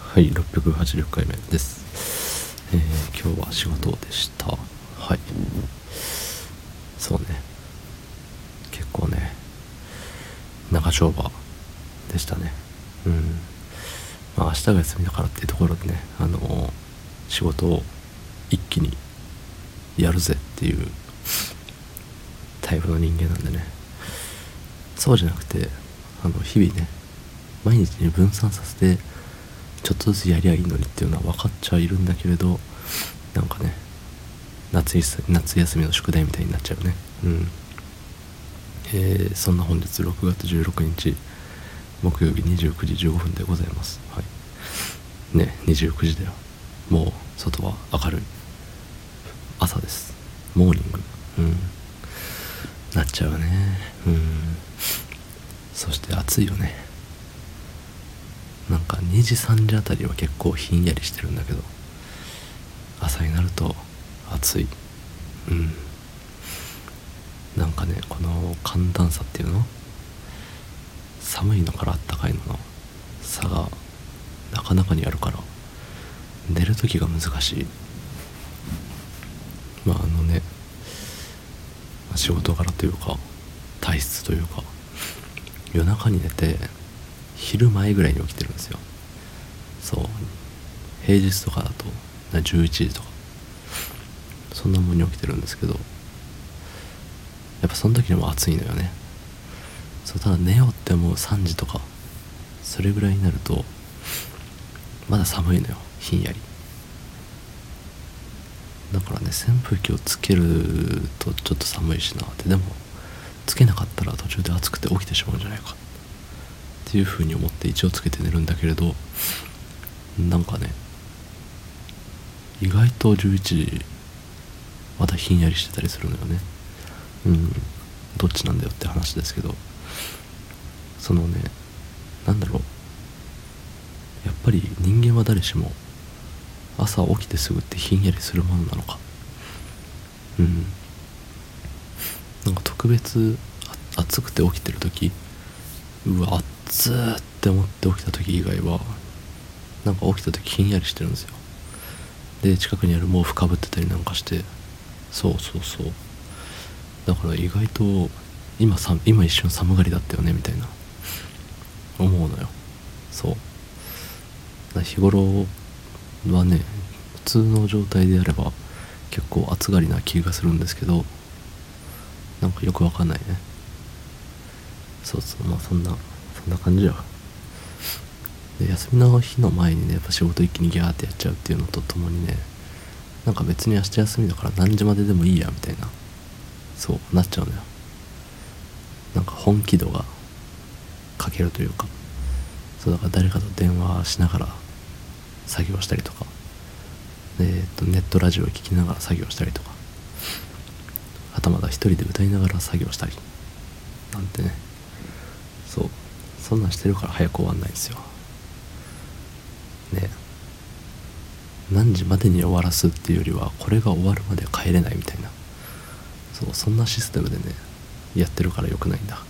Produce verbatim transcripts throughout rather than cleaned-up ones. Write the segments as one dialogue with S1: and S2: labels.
S1: はい、ろっぴゃくはちじゅっかいめです。えー、今日は仕事でした。はい。そうね。結構ね、長丁場でしたね。うん。まあ明日が休みだからっていうところでね、あのー、仕事を一気にやるぜっていうタイプの人間なんでね。そうじゃなくて、あの日々ね、毎日に分散させて、ちょっとずつやりゃいいのにっていうのは分かっちゃいるんだけれど、なんかね、夏休み夏休みの宿題みたいになっちゃうね。うんえー、そんな本日ろくがつじゅうろくにち木曜日にじゅうくじじゅうごふんでございます。はいね、にじゅうくじだよ。もう外は明るい朝です。モーニングうんなっちゃうね。うんそして暑いよね。なんかにじさんじあたりは結構ひんやりしてるんだけど、朝になると暑い。うんなんかね、この寒暖差っていうの、寒いのからあったかいのの差がなかなかにあるから、寝るときが難しい。まああのね、仕事柄というか体質というか、夜中に寝て昼前ぐらいに起きてるんですよ。そう平日とかだとじゅういちじとかそんなもんに起きてるんですけど、やっぱその時にも暑いのよね。そうただ寝ようって思うさんじとかそれぐらいになるとまだ寒いのよ、ひんやり。だからね、扇風機をつけるとちょっと寒いしなって、でもつけなかったら途中で暑くて起きてしまうんじゃないかっていう風に思って一応つけて寝るんだけれど、なんかね、意外とじゅういちじまだひんやりしてたりするのよね。うんどっちなんだよって話ですけど、そのね、なんだろう、やっぱり人間は誰しも朝起きてすぐってひんやりするものなのか。うんなんか特別暑くて起きてる時、うわ暑ーって思って起きた時以外はなんか起きた時ひんやりしてるんですよ。で近くにある毛布かぶってたりなんかして、そうそうそう、だから意外と今さ今一瞬寒がりだったよねみたいな思うのよ。そうだ日頃はね、普通の状態であれば結構暑がりな気がするんですけど、なんかよくわかんないね。そうそう、まあそんなそんな感じよ。で休みの日の前にね、やっぱ仕事一気にギャーってやっちゃうっていうのとともにね、なんか別に明日休みだから何時まででもいいやみたいな、そうなっちゃうのよ。なんか本気度が欠けるというか、そうだから誰かと電話しながら作業したりとか、で、えっと、ネットラジオを聞きながら作業したりとか、はたまた一人で歌いながら作業したりなんてね、そうそんなんしてるから早く終わんないんですよね。何時までに終わらすっていうよりはこれが終わるまで帰れないみたいな、そうそんなシステムでねやってるから良くないんだ。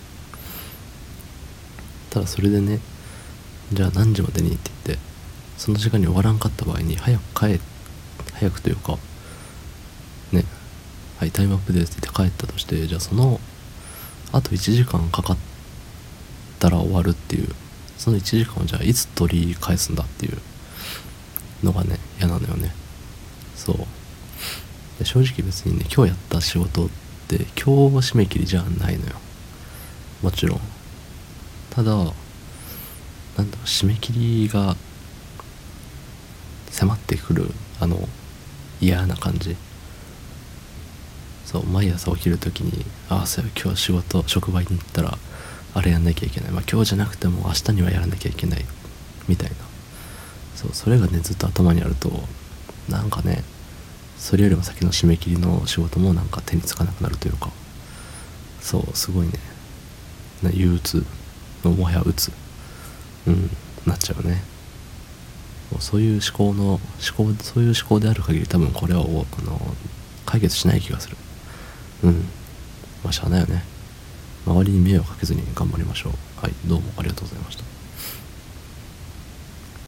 S1: ただそれでね、じゃあ何時までにって言ってその時間に終わらんかった場合に早く帰早くというかね、はいタイムアップですって言って帰ったとして、じゃあそのあといちじかんかかったら終わるっていう、そのいちじかんをじゃあいつ取り返すんだっていうのがね嫌なのよね。そうで正直別にね、今日やった仕事って今日締め切りじゃないのよ、もちろん。ただなんだろう、締め切りが迫ってくるあの嫌な感じ。そう毎朝起きるときに、ああそういえば今日仕事職場に行ったらあれやんなきゃいけない、まあ今日じゃなくても明日にはやらなきゃいけないみたいな、そうそれがねずっと頭にあると、なんかね、それよりも先の締め切りの仕事もなんか手につかなくなるというか、そうすごいね、憂鬱のもはや鬱うんなっちゃうね。そういう思考の思考そういう思考である限り多分これはあの解決しない気がする。うんまあしゃあないよね。周りに迷惑かけずに頑張りましょう。はい、どうもありがとうございました。